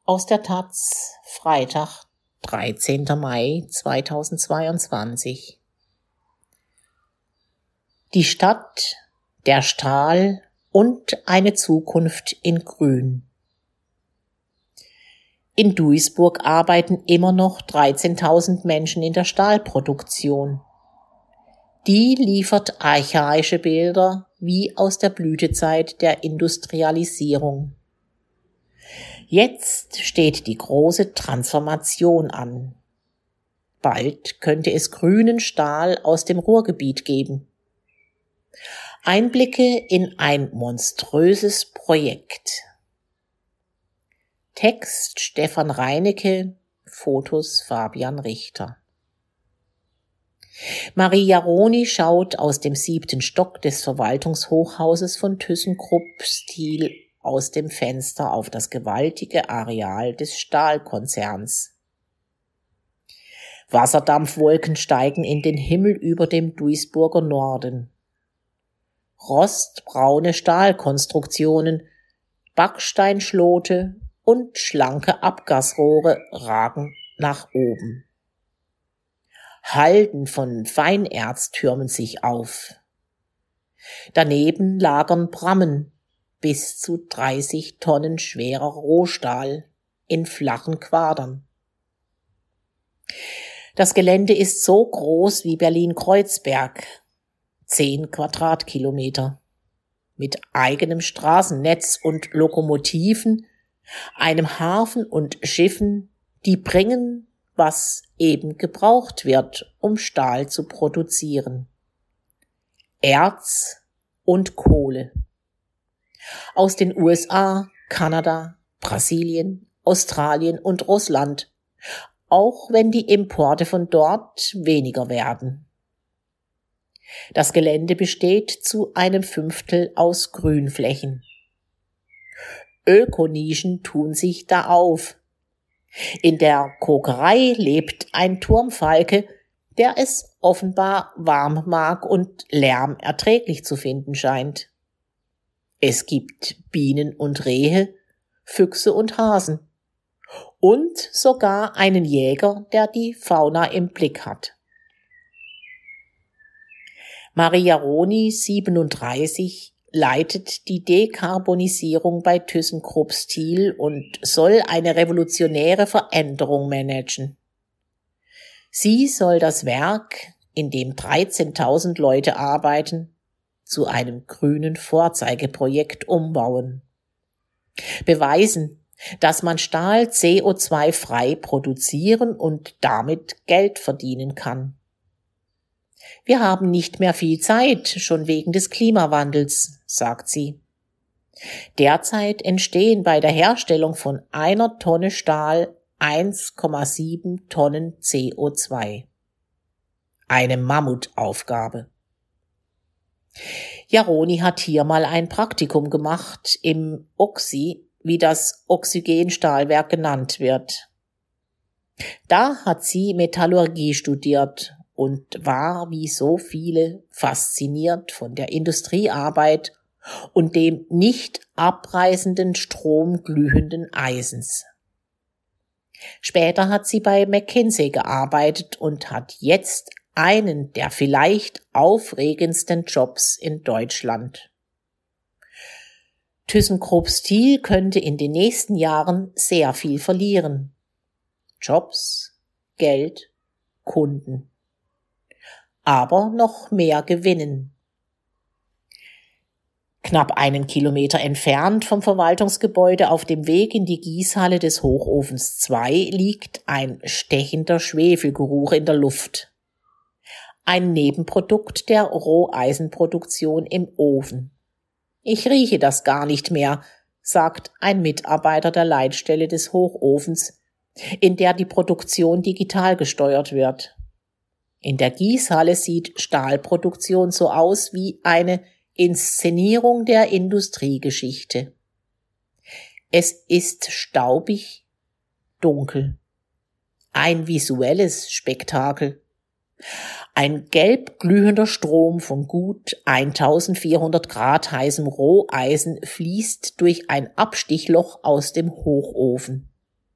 Aus der taz, Freitag, 13. Mai 2022. Die Stadt, der Stahl und eine Zukunft in Grün. In Duisburg arbeiten immer noch 13.000 Menschen in der Stahlproduktion. Die liefert archaische Bilder wie aus der Blütezeit der Industrialisierung. Jetzt steht die große Transformation an. Bald könnte es grünen Stahl aus dem Ruhrgebiet geben. Einblicke in ein monströses Projekt. Text Stefan Reinecke, Fotos Fabian Richter. Marie Jaroni schaut aus dem 7. Stock des Verwaltungshochhauses von ThyssenKrupp Steel aus dem Fenster auf das gewaltige Areal des Stahlkonzerns. Wasserdampfwolken steigen in den Himmel über dem Duisburger Norden. Rostbraune Stahlkonstruktionen, Backsteinschlote und schlanke Abgasrohre ragen nach oben. Halden von Feinerz türmen sich auf. Daneben lagern Brammen, bis zu 30 Tonnen schwerer Rohstahl in flachen Quadern. Das Gelände ist so groß wie Berlin-Kreuzberg, 10 Quadratkilometer, mit eigenem Straßennetz und Lokomotiven, einem Hafen und Schiffen, die bringen, was eben gebraucht wird, um Stahl zu produzieren. Erz und Kohle. Aus den USA, Kanada, Brasilien, Australien und Russland, auch wenn die Importe von dort weniger werden. Das Gelände besteht zu einem 1/5 aus Grünflächen. Ökonischen tun sich da auf. In der Kokerei lebt ein Turmfalke, der es offenbar warm mag und Lärm erträglich zu finden scheint. Es gibt Bienen und Rehe, Füchse und Hasen und sogar einen Jäger, der die Fauna im Blick hat. Marie Jaroni, 37, leitet die Dekarbonisierung bei ThyssenKrupp Steel und soll eine revolutionäre Veränderung managen. Sie soll das Werk, in dem 13.000 Leute arbeiten, zu einem grünen Vorzeigeprojekt umbauen. Beweisen, dass man Stahl CO2-frei produzieren und damit Geld verdienen kann. Wir haben nicht mehr viel Zeit, schon wegen des Klimawandels, sagt sie. Derzeit entstehen bei der Herstellung von 1 Tonne Stahl 1,7 Tonnen CO2. Eine Mammutaufgabe. Jaroni hat hier mal ein Praktikum gemacht im Oxy, wie das Oxygenstahlwerk genannt wird. Da hat sie Metallurgie studiert und war wie so viele fasziniert von der Industriearbeit und dem nicht abreißenden Strom glühenden Eisens. Später hat sie bei McKinsey gearbeitet und hat jetzt einen der vielleicht aufregendsten Jobs in Deutschland. ThyssenKrupp Steel könnte in den nächsten Jahren sehr viel verlieren. Jobs, Geld, Kunden. Aber noch mehr gewinnen. Knapp 1 Kilometer entfernt vom Verwaltungsgebäude auf dem Weg in die Gießhalle des Hochofens 2 liegt ein stechender Schwefelgeruch in der Luft. Ein Nebenprodukt der Roheisenproduktion im Ofen. Ich rieche das gar nicht mehr, sagt ein Mitarbeiter der Leitstelle des Hochofens, in der die Produktion digital gesteuert wird. In der Gießhalle sieht Stahlproduktion so aus wie eine Inszenierung der Industriegeschichte. Es ist staubig, dunkel. Ein visuelles Spektakel. Ein gelb glühender Strom von gut 1400 Grad heißem Roheisen fließt durch ein Abstichloch aus dem Hochofen.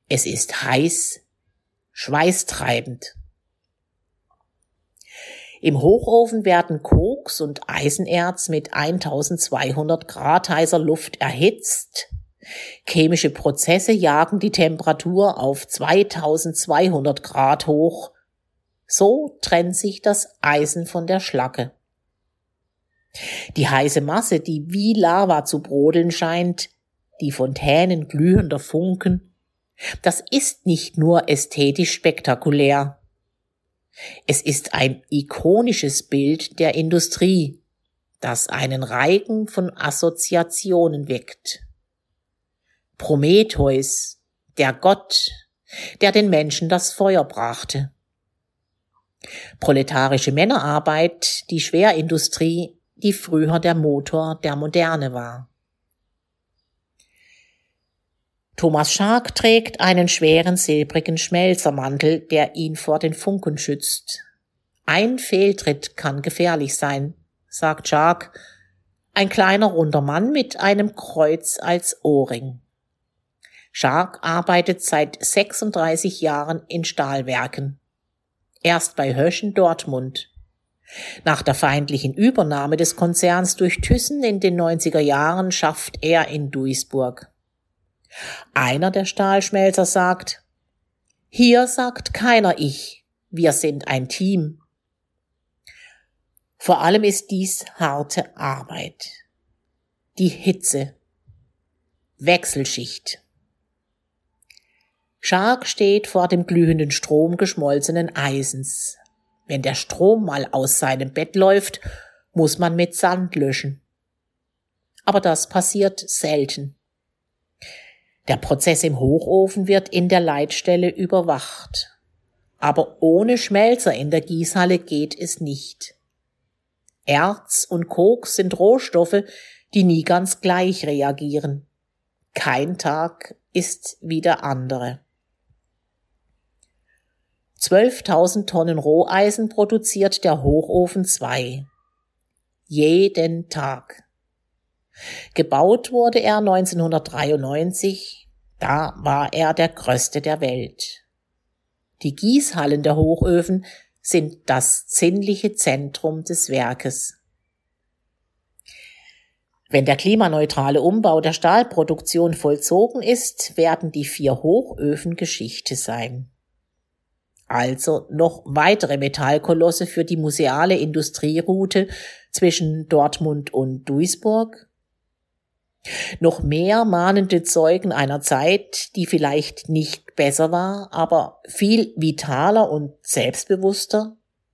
Es ist heiß, schweißtreibend. Im Hochofen werden Koks und Eisenerz mit 1200 Grad heißer Luft erhitzt. Chemische Prozesse jagen die Temperatur auf 2200 Grad hoch. So trennt sich das Eisen von der Schlacke. Die heiße Masse, die wie Lava zu brodeln scheint, die Fontänen glühender Funken, das ist nicht nur ästhetisch spektakulär. Es ist ein ikonisches Bild der Industrie, das einen Reigen von Assoziationen weckt. Prometheus, der Gott, der den Menschen das Feuer brachte. Proletarische Männerarbeit, die Schwerindustrie, die früher der Motor der Moderne war. Thomas Schaak trägt einen schweren silbrigen Schmelzermantel, der ihn vor den Funken schützt. Ein Fehltritt kann gefährlich sein, sagt Schaak, ein kleiner runder Mann mit einem Kreuz als Ohrring. Schaak arbeitet seit 36 Jahren in Stahlwerken. Erst bei Hösch in Dortmund. Nach der feindlichen Übernahme des Konzerns durch Thyssen in den 90er Jahren schafft er in Duisburg. Einer der Stahlschmelzer sagt, hier sagt keiner ich, wir sind ein Team. Vor allem ist dies harte Arbeit. Die Hitze. Wechselschicht. Schaak steht vor dem glühenden Strom geschmolzenen Eisens. Wenn der Strom mal aus seinem Bett läuft, muss man mit Sand löschen. Aber das passiert selten. Der Prozess im Hochofen wird in der Leitstelle überwacht. Aber ohne Schmelzer in der Gießhalle geht es nicht. Erz und Koks sind Rohstoffe, die nie ganz gleich reagieren. Kein Tag ist wie der andere. 12.000 Tonnen Roheisen produziert der Hochofen 2. Jeden Tag. Gebaut wurde er 1993, da war er der größte der Welt. Die Gießhallen der Hochöfen sind das sinnliche Zentrum des Werkes. Wenn der klimaneutrale Umbau der Stahlproduktion vollzogen ist, werden die 4 Hochöfen Geschichte sein. Also noch weitere Metallkolosse für die museale Industrieroute zwischen Dortmund und Duisburg? Noch mehr mahnende Zeugen einer Zeit, die vielleicht nicht besser war, aber viel vitaler und selbstbewusster?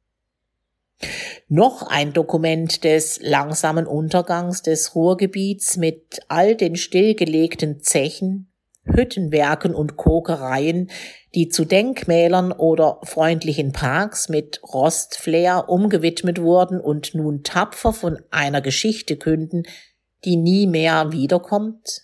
Noch ein Dokument des langsamen Untergangs des Ruhrgebiets mit all den stillgelegten Zechen, Hüttenwerken und Kokereien, die zu Denkmälern oder freundlichen Parks mit Rostflair umgewidmet wurden und nun tapfer von einer Geschichte künden, die nie mehr wiederkommt?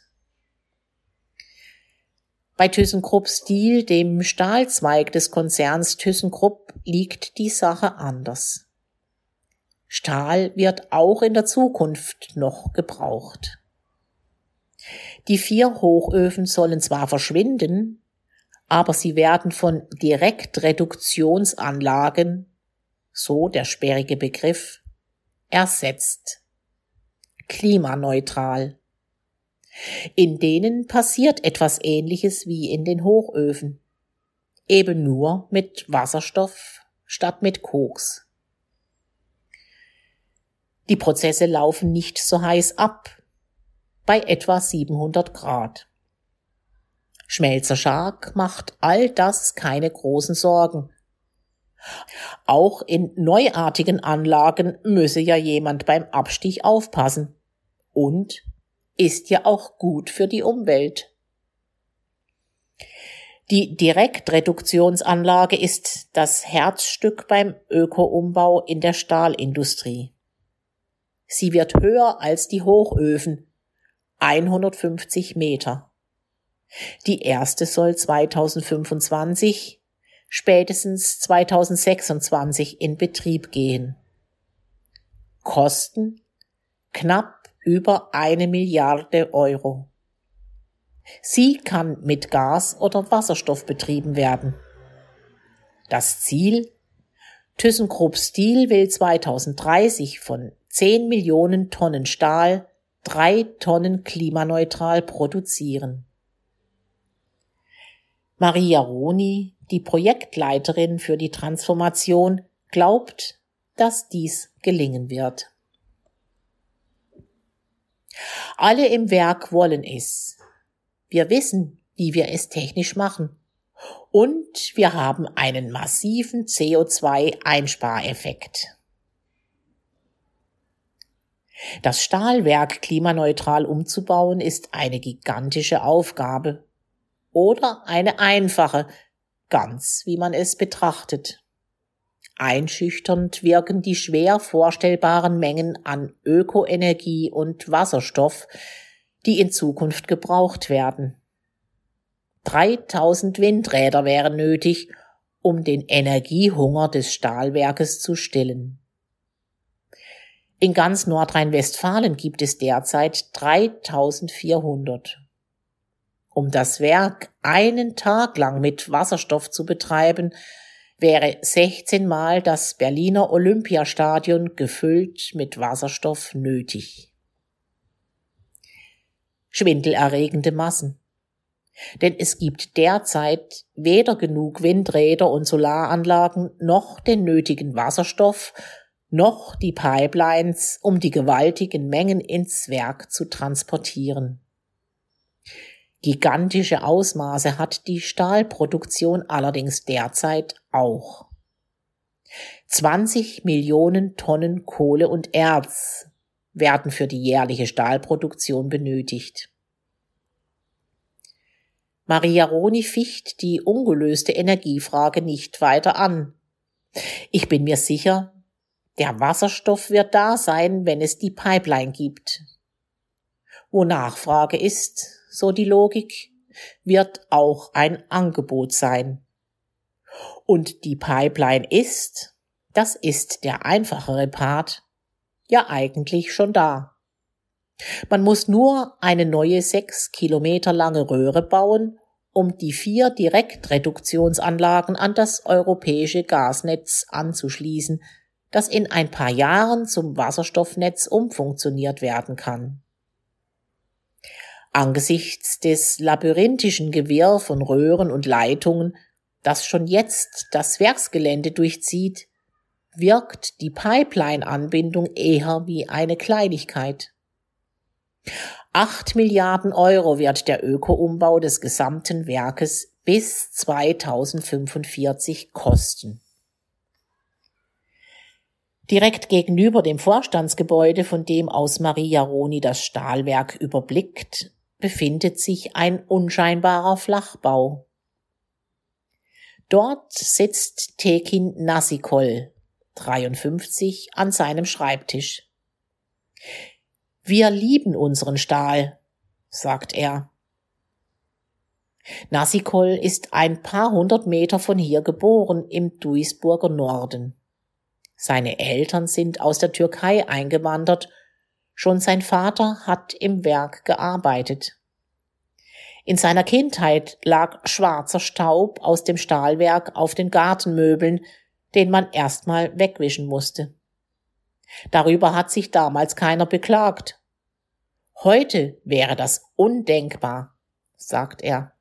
Bei ThyssenKrupp Steel, dem Stahlzweig des Konzerns ThyssenKrupp, liegt die Sache anders. Stahl wird auch in der Zukunft noch gebraucht. Die 4 Hochöfen sollen zwar verschwinden, aber sie werden von Direktreduktionsanlagen, so der sperrige Begriff, ersetzt. Klimaneutral. In denen passiert etwas Ähnliches wie in den Hochöfen, eben nur mit Wasserstoff statt mit Koks. Die Prozesse laufen nicht so heiß ab, bei etwa 700 Grad. Schmelzer Schaak macht all das keine großen Sorgen. Auch in neuartigen Anlagen müsse ja jemand beim Abstich aufpassen. Und ist ja auch gut für die Umwelt. Die Direktreduktionsanlage ist das Herzstück beim Öko-Umbau in der Stahlindustrie. Sie wird höher als die Hochöfen, 150 Meter. Die erste soll 2025, spätestens 2026 in Betrieb gehen. Kosten knapp über 1 Milliarde Euro. Sie kann mit Gas oder Wasserstoff betrieben werden. Das Ziel? ThyssenKrupp Steel will 2030 von 10 Millionen Tonnen Stahl 3 Tonnen klimaneutral produzieren. Maria Roni, die Projektleiterin für die Transformation, glaubt, dass dies gelingen wird. Alle im Werk wollen es. Wir wissen, wie wir es technisch machen. Und wir haben einen massiven CO2-Einspareffekt. Das Stahlwerk klimaneutral umzubauen ist eine gigantische Aufgabe. Oder eine einfache, ganz wie man es betrachtet. Einschüchternd wirken die schwer vorstellbaren Mengen an Ökoenergie und Wasserstoff, die in Zukunft gebraucht werden. 3000 Windräder wären nötig, um den Energiehunger des Stahlwerkes zu stillen. In ganz Nordrhein-Westfalen gibt es derzeit 3400. Um das Werk einen Tag lang mit Wasserstoff zu betreiben, wäre 16 Mal das Berliner Olympiastadion gefüllt mit Wasserstoff nötig. Schwindelerregende Massen. Denn es gibt derzeit weder genug Windräder und Solaranlagen noch den nötigen Wasserstoff, noch die Pipelines, um die gewaltigen Mengen ins Werk zu transportieren. Gigantische Ausmaße hat die Stahlproduktion allerdings derzeit auch. 20 Millionen Tonnen Kohle und Erz werden für die jährliche Stahlproduktion benötigt. Maria Roni ficht die ungelöste Energiefrage nicht weiter an. Ich bin mir sicher, der Wasserstoff wird da sein, wenn es die Pipeline gibt. Wo Nachfrage ist, so die Logik, wird auch ein Angebot sein. Und die Pipeline ist, das ist der einfachere Part, ja eigentlich schon da. Man muss nur eine neue 6 Kilometer lange Röhre bauen, um die 4 Direktreduktionsanlagen an das europäische Gasnetz anzuschließen, das in ein paar Jahren zum Wasserstoffnetz umfunktioniert werden kann. Angesichts des labyrinthischen Gewirr von Röhren und Leitungen, das schon jetzt das Werksgelände durchzieht, wirkt die Pipeline-Anbindung eher wie eine Kleinigkeit. 8 Milliarden Euro wird der Öko-Umbau des gesamten Werkes bis 2045 kosten. Direkt gegenüber dem Vorstandsgebäude, von dem aus Maria Roni das Stahlwerk überblickt, befindet sich ein unscheinbarer Flachbau. Dort sitzt Tekin Nassikol, 53, an seinem Schreibtisch. Wir lieben unseren Stahl, sagt er. Nassikol ist ein paar hundert Meter von hier geboren, im Duisburger Norden. Seine Eltern sind aus der Türkei eingewandert. Schon sein Vater hat im Werk gearbeitet. In seiner Kindheit lag schwarzer Staub aus dem Stahlwerk auf den Gartenmöbeln, den man erstmal wegwischen musste. Darüber hat sich damals keiner beklagt. Heute wäre das undenkbar, sagt er.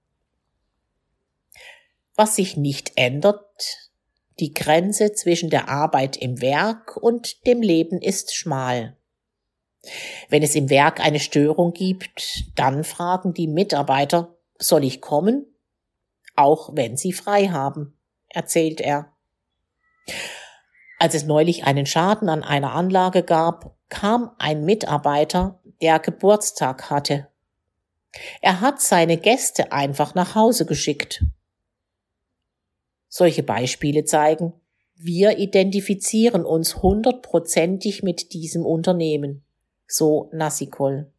Was sich nicht ändert, die Grenze zwischen der Arbeit im Werk und dem Leben ist schmal. Wenn es im Werk eine Störung gibt, dann fragen die Mitarbeiter, soll ich kommen? Auch wenn sie frei haben, erzählt er. Als es neulich einen Schaden an einer Anlage gab, kam ein Mitarbeiter, der Geburtstag hatte. Er hat seine Gäste einfach nach Hause geschickt. Solche Beispiele zeigen, wir identifizieren uns 100%ig mit diesem Unternehmen, so Nassikol.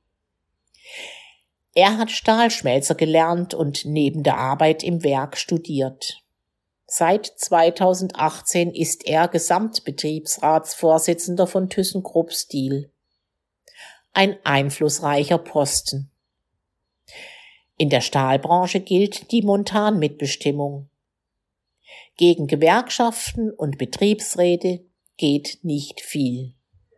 Er hat Stahlschmelzer gelernt und neben der Arbeit im Werk studiert. Seit 2018 ist er Gesamtbetriebsratsvorsitzender von ThyssenKrupp Steel. Ein einflussreicher Posten. In der Stahlbranche gilt die Montanmitbestimmung. Gegen Gewerkschaften und Betriebsräte geht nicht viel.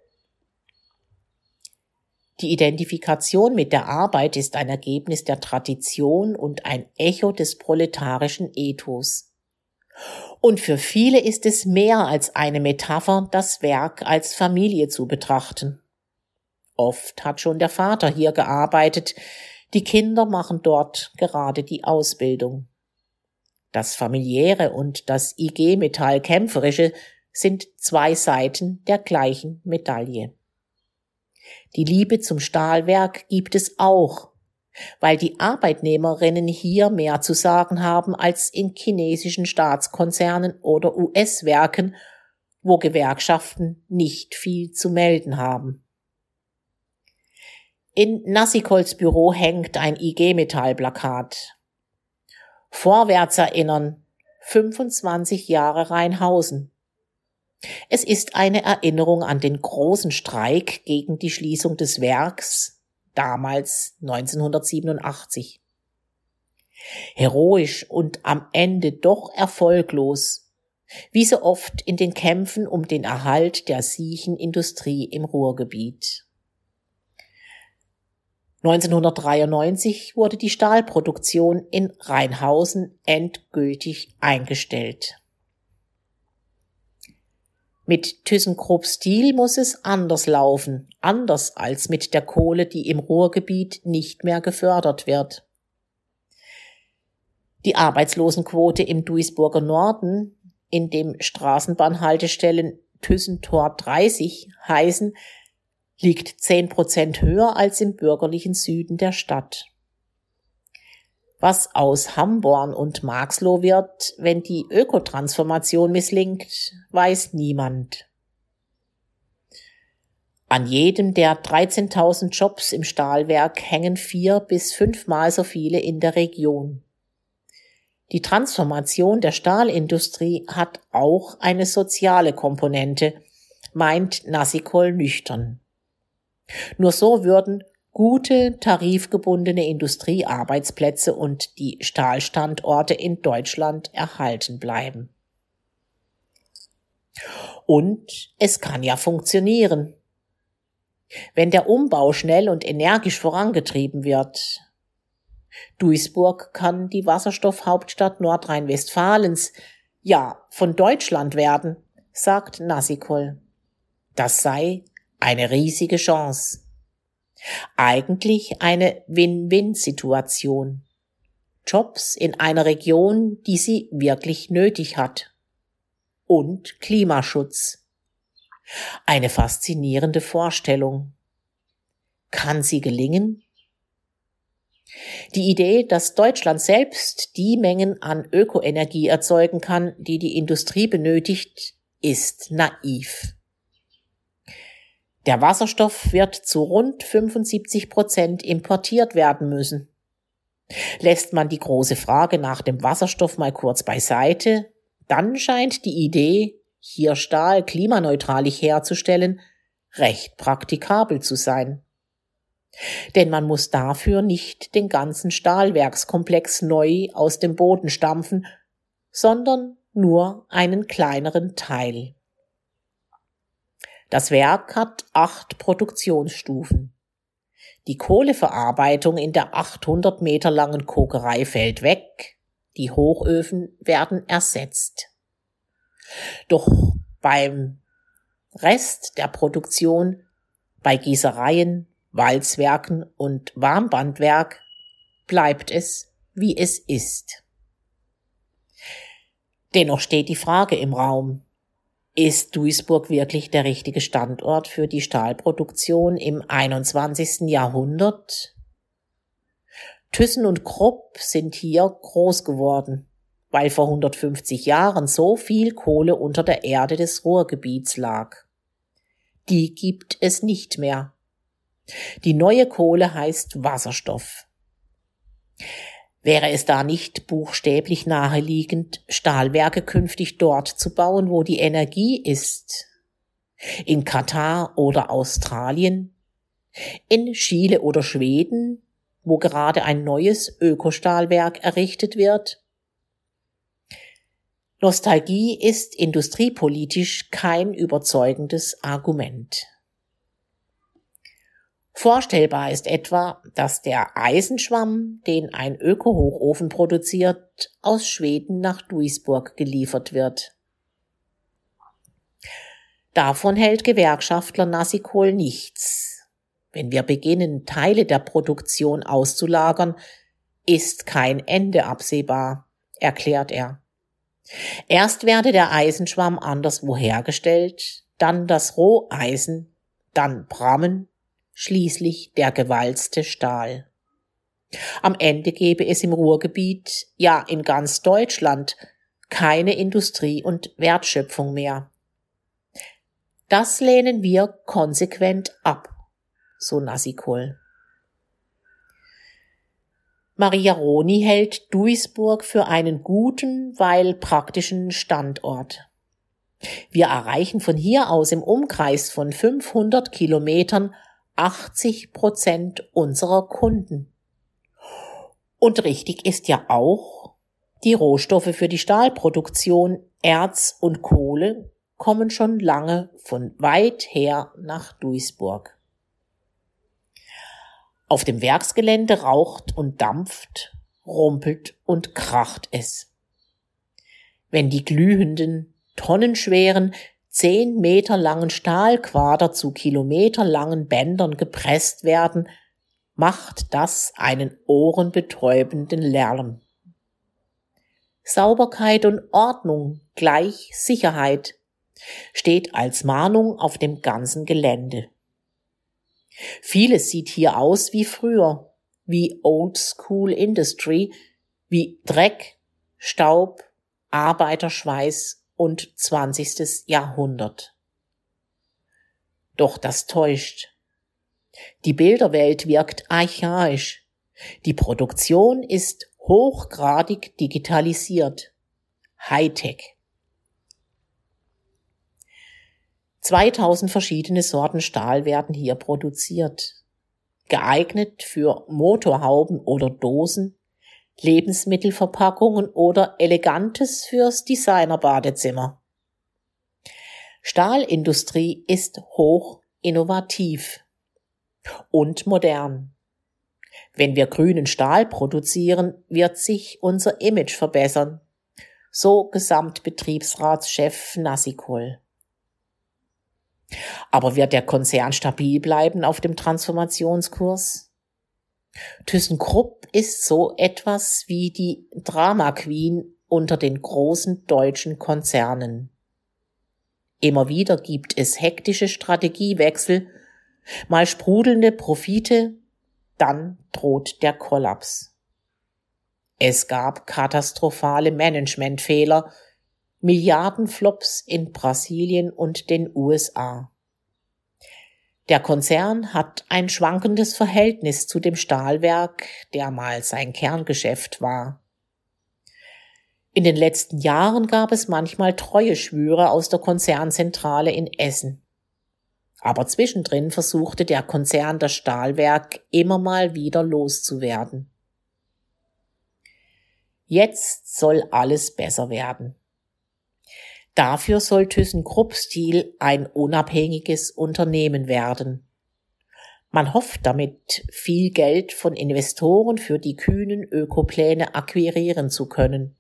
Die Identifikation mit der Arbeit ist ein Ergebnis der Tradition und ein Echo des proletarischen Ethos. Und für viele ist es mehr als eine Metapher, das Werk als Familie zu betrachten. Oft hat schon der Vater hier gearbeitet, die Kinder machen dort gerade die Ausbildung. Das Familiäre und das IG Metall Kämpferische sind zwei Seiten der gleichen Medaille. Die Liebe zum Stahlwerk gibt es auch, weil die Arbeitnehmerinnen hier mehr zu sagen haben als in chinesischen Staatskonzernen oder US-Werken, wo Gewerkschaften nicht viel zu melden haben. In Nassikols Büro hängt ein IG Metall-Plakat. Vorwärts erinnern, 25 Jahre Rheinhausen. Es ist eine Erinnerung an den großen Streik gegen die Schließung des Werks, damals 1987. Heroisch und am Ende doch erfolglos, wie so oft in den Kämpfen um den Erhalt der Siechenindustrie im Ruhrgebiet. 1993 wurde die Stahlproduktion in Rheinhausen endgültig eingestellt. Mit ThyssenKrupp Steel muss es anders laufen, anders als mit der Kohle, die im Ruhrgebiet nicht mehr gefördert wird. Die Arbeitslosenquote im Duisburger Norden, in dem Straßenbahnhaltestellen Thyssen-Tor 30 heißen, liegt 10% höher als im bürgerlichen Süden der Stadt. Was aus Hamborn und Marxloh wird, wenn die Ökotransformation misslingt, weiß niemand. An jedem der 13.000 Jobs im Stahlwerk hängen 4 bis 5 Mal so viele in der Region. Die Transformation der Stahlindustrie hat auch eine soziale Komponente, meint Nassikol nüchtern. Nur so würden gute, tarifgebundene Industriearbeitsplätze und die Stahlstandorte in Deutschland erhalten bleiben. Und es kann ja funktionieren. Wenn der Umbau schnell und energisch vorangetrieben wird. Duisburg kann die Wasserstoffhauptstadt Nordrhein-Westfalens, ja, von Deutschland werden, sagt Nassikol. Das sei eine riesige Chance. Eigentlich eine Win-Win-Situation. Jobs in einer Region, die sie wirklich nötig hat. Und Klimaschutz. Eine faszinierende Vorstellung. Kann sie gelingen? Die Idee, dass Deutschland selbst die Mengen an Ökoenergie erzeugen kann, die die Industrie benötigt, ist naiv. Der Wasserstoff wird zu rund 75% importiert werden müssen. Lässt man die große Frage nach dem Wasserstoff mal kurz beiseite, dann scheint die Idee, hier Stahl klimaneutralig herzustellen, recht praktikabel zu sein. Denn man muss dafür nicht den ganzen Stahlwerkskomplex neu aus dem Boden stampfen, sondern nur einen kleineren Teil. Das Werk hat 8 Produktionsstufen. Die Kohleverarbeitung in der 800 Meter langen Kokerei fällt weg, die Hochöfen werden ersetzt. Doch beim Rest der Produktion, bei Gießereien, Walzwerken und Warmbandwerk, bleibt es, wie es ist. Dennoch steht die Frage im Raum: Ist Duisburg wirklich der richtige Standort für die Stahlproduktion im 21. Jahrhundert? Thyssen und Krupp sind hier groß geworden, weil vor 150 Jahren so viel Kohle unter der Erde des Ruhrgebiets lag. Die gibt es nicht mehr. Die neue Kohle heißt Wasserstoff. Wäre es da nicht buchstäblich naheliegend, Stahlwerke künftig dort zu bauen, wo die Energie ist? In Katar oder Australien? In Chile oder Schweden? wo gerade ein neues Ökostahlwerk errichtet wird? Nostalgie ist industriepolitisch kein überzeugendes Argument. Vorstellbar ist etwa, dass der Eisenschwamm, den ein Öko-Hochofen produziert, aus Schweden nach Duisburg geliefert wird. Davon hält Gewerkschaftler Nassikohl nichts. Wenn wir beginnen, Teile der Produktion auszulagern, ist kein Ende absehbar, erklärt er. Erst werde der Eisenschwamm anderswo hergestellt, dann das Roheisen, dann Brammen, schließlich der gewalzte Stahl. Am Ende gäbe es im Ruhrgebiet, ja in ganz Deutschland, keine Industrie und Wertschöpfung mehr. Das lehnen wir konsequent ab, so Nassikohl. Maria Roni hält Duisburg für einen guten, weil praktischen Standort. Wir erreichen von hier aus im Umkreis von 500 Kilometern 80% unserer Kunden. Und richtig ist ja auch, die Rohstoffe für die Stahlproduktion, Erz und Kohle, kommen schon lange von weit her nach Duisburg. Auf dem Werksgelände raucht und dampft, rumpelt und kracht es. Wenn die glühenden, tonnenschweren, 10 Meter langen Stahlquader zu kilometerlangen Bändern gepresst werden, macht das einen ohrenbetäubenden Lärm. Sauberkeit und Ordnung gleich Sicherheit steht als Mahnung auf dem ganzen Gelände. Vieles sieht hier aus wie früher, wie Old School Industry, wie Dreck, Staub, Arbeiterschweiß und 20. Jahrhundert. Doch das täuscht. Die Bilderwelt wirkt archaisch. Die Produktion ist hochgradig digitalisiert. Hightech. 2000 verschiedene Sorten Stahl werden hier produziert. Geeignet für Motorhauben oder Dosen, Lebensmittelverpackungen oder Elegantes fürs Designerbadezimmer. Stahlindustrie ist hoch innovativ und modern. Wenn wir grünen Stahl produzieren, wird sich unser Image verbessern, so Gesamtbetriebsratschef Nassikohl. Aber wird der Konzern stabil bleiben auf dem Transformationskurs? ThyssenKrupp ist so etwas wie die Drama Queen unter den großen deutschen Konzernen. Immer wieder gibt es hektische Strategiewechsel, mal sprudelnde Profite, dann droht der Kollaps. Es gab katastrophale Managementfehler, Milliardenflops in Brasilien und den USA. Der Konzern hat ein schwankendes Verhältnis zu dem Stahlwerk, der mal sein Kerngeschäft war. In den letzten Jahren gab es manchmal Treueschwüre aus der Konzernzentrale in Essen. Aber zwischendrin versuchte der Konzern das Stahlwerk immer mal wieder loszuwerden. Jetzt soll alles besser werden. Dafür soll ThyssenKrupp Steel ein unabhängiges Unternehmen werden. Man hofft damit, viel Geld von Investoren für die kühnen Ökopläne akquirieren zu können.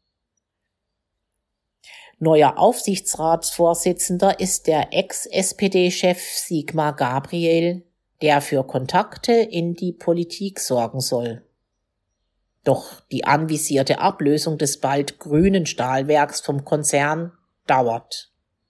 Neuer Aufsichtsratsvorsitzender ist der Ex-SPD-Chef Sigmar Gabriel, der für Kontakte in die Politik sorgen soll. Doch die anvisierte Ablösung des bald grünen Stahlwerks vom Konzern dauert.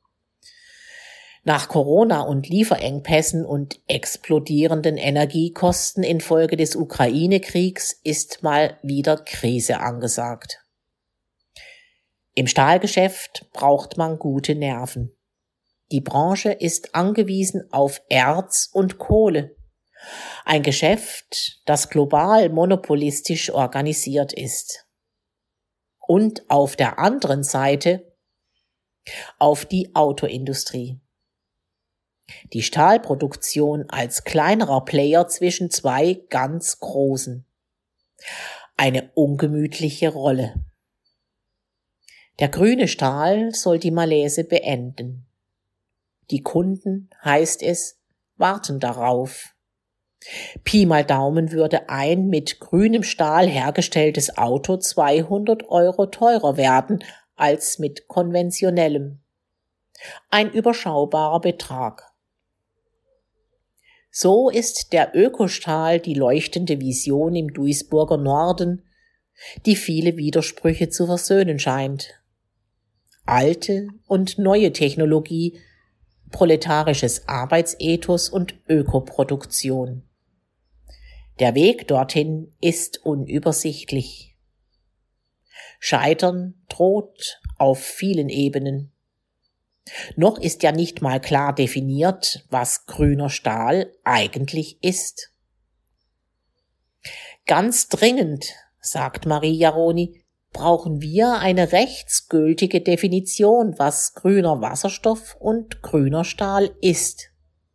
Nach Corona und Lieferengpässen und explodierenden Energiekosten infolge des Ukraine-Kriegs ist mal wieder Krise angesagt. Im Stahlgeschäft braucht man gute Nerven. Die Branche ist angewiesen auf Erz und Kohle. Ein Geschäft, das global monopolistisch organisiert ist. Und auf der anderen Seite auf die Autoindustrie. Die Stahlproduktion als kleinerer Player zwischen zwei ganz großen. Eine ungemütliche Rolle. Der grüne Stahl soll die Malaise beenden. Die Kunden, heißt es, warten darauf. Pi mal Daumen würde ein mit grünem Stahl hergestelltes Auto 200 € teurer werden als mit konventionellem. Ein überschaubarer Betrag. So ist der Ökostahl die leuchtende Vision im Duisburger Norden, die viele Widersprüche zu versöhnen scheint. Alte und neue Technologie, proletarisches Arbeitsethos und Ökoproduktion. Der Weg dorthin ist unübersichtlich. Scheitern droht auf vielen Ebenen. Noch ist ja nicht mal klar definiert, was grüner Stahl eigentlich ist. Ganz dringend, sagt Marie Jaroni, brauchen wir eine rechtsgültige Definition, was grüner Wasserstoff und grüner Stahl ist.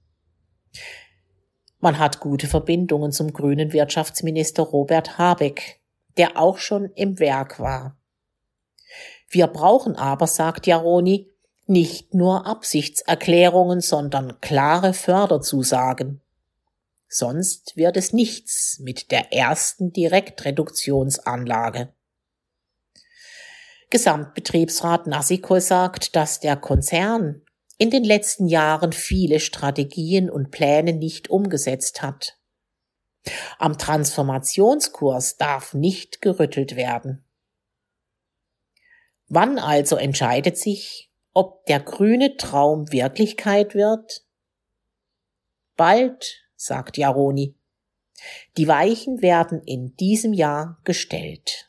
Man hat gute Verbindungen zum grünen Wirtschaftsminister Robert Habeck, der auch schon im Werk war. Wir brauchen aber, sagt Jaroni, nicht nur Absichtserklärungen, sondern klare Förderzusagen. Sonst wird es nichts mit der ersten Direktreduktionsanlage. Gesamtbetriebsrat Nassiko sagt, dass der Konzern in den letzten Jahren viele Strategien und Pläne nicht umgesetzt hat. Am Transformationskurs darf nicht gerüttelt werden. Wann also entscheidet sich, ob der grüne Traum Wirklichkeit wird? Bald, sagt Jaroni. Die Weichen werden in diesem Jahr gestellt.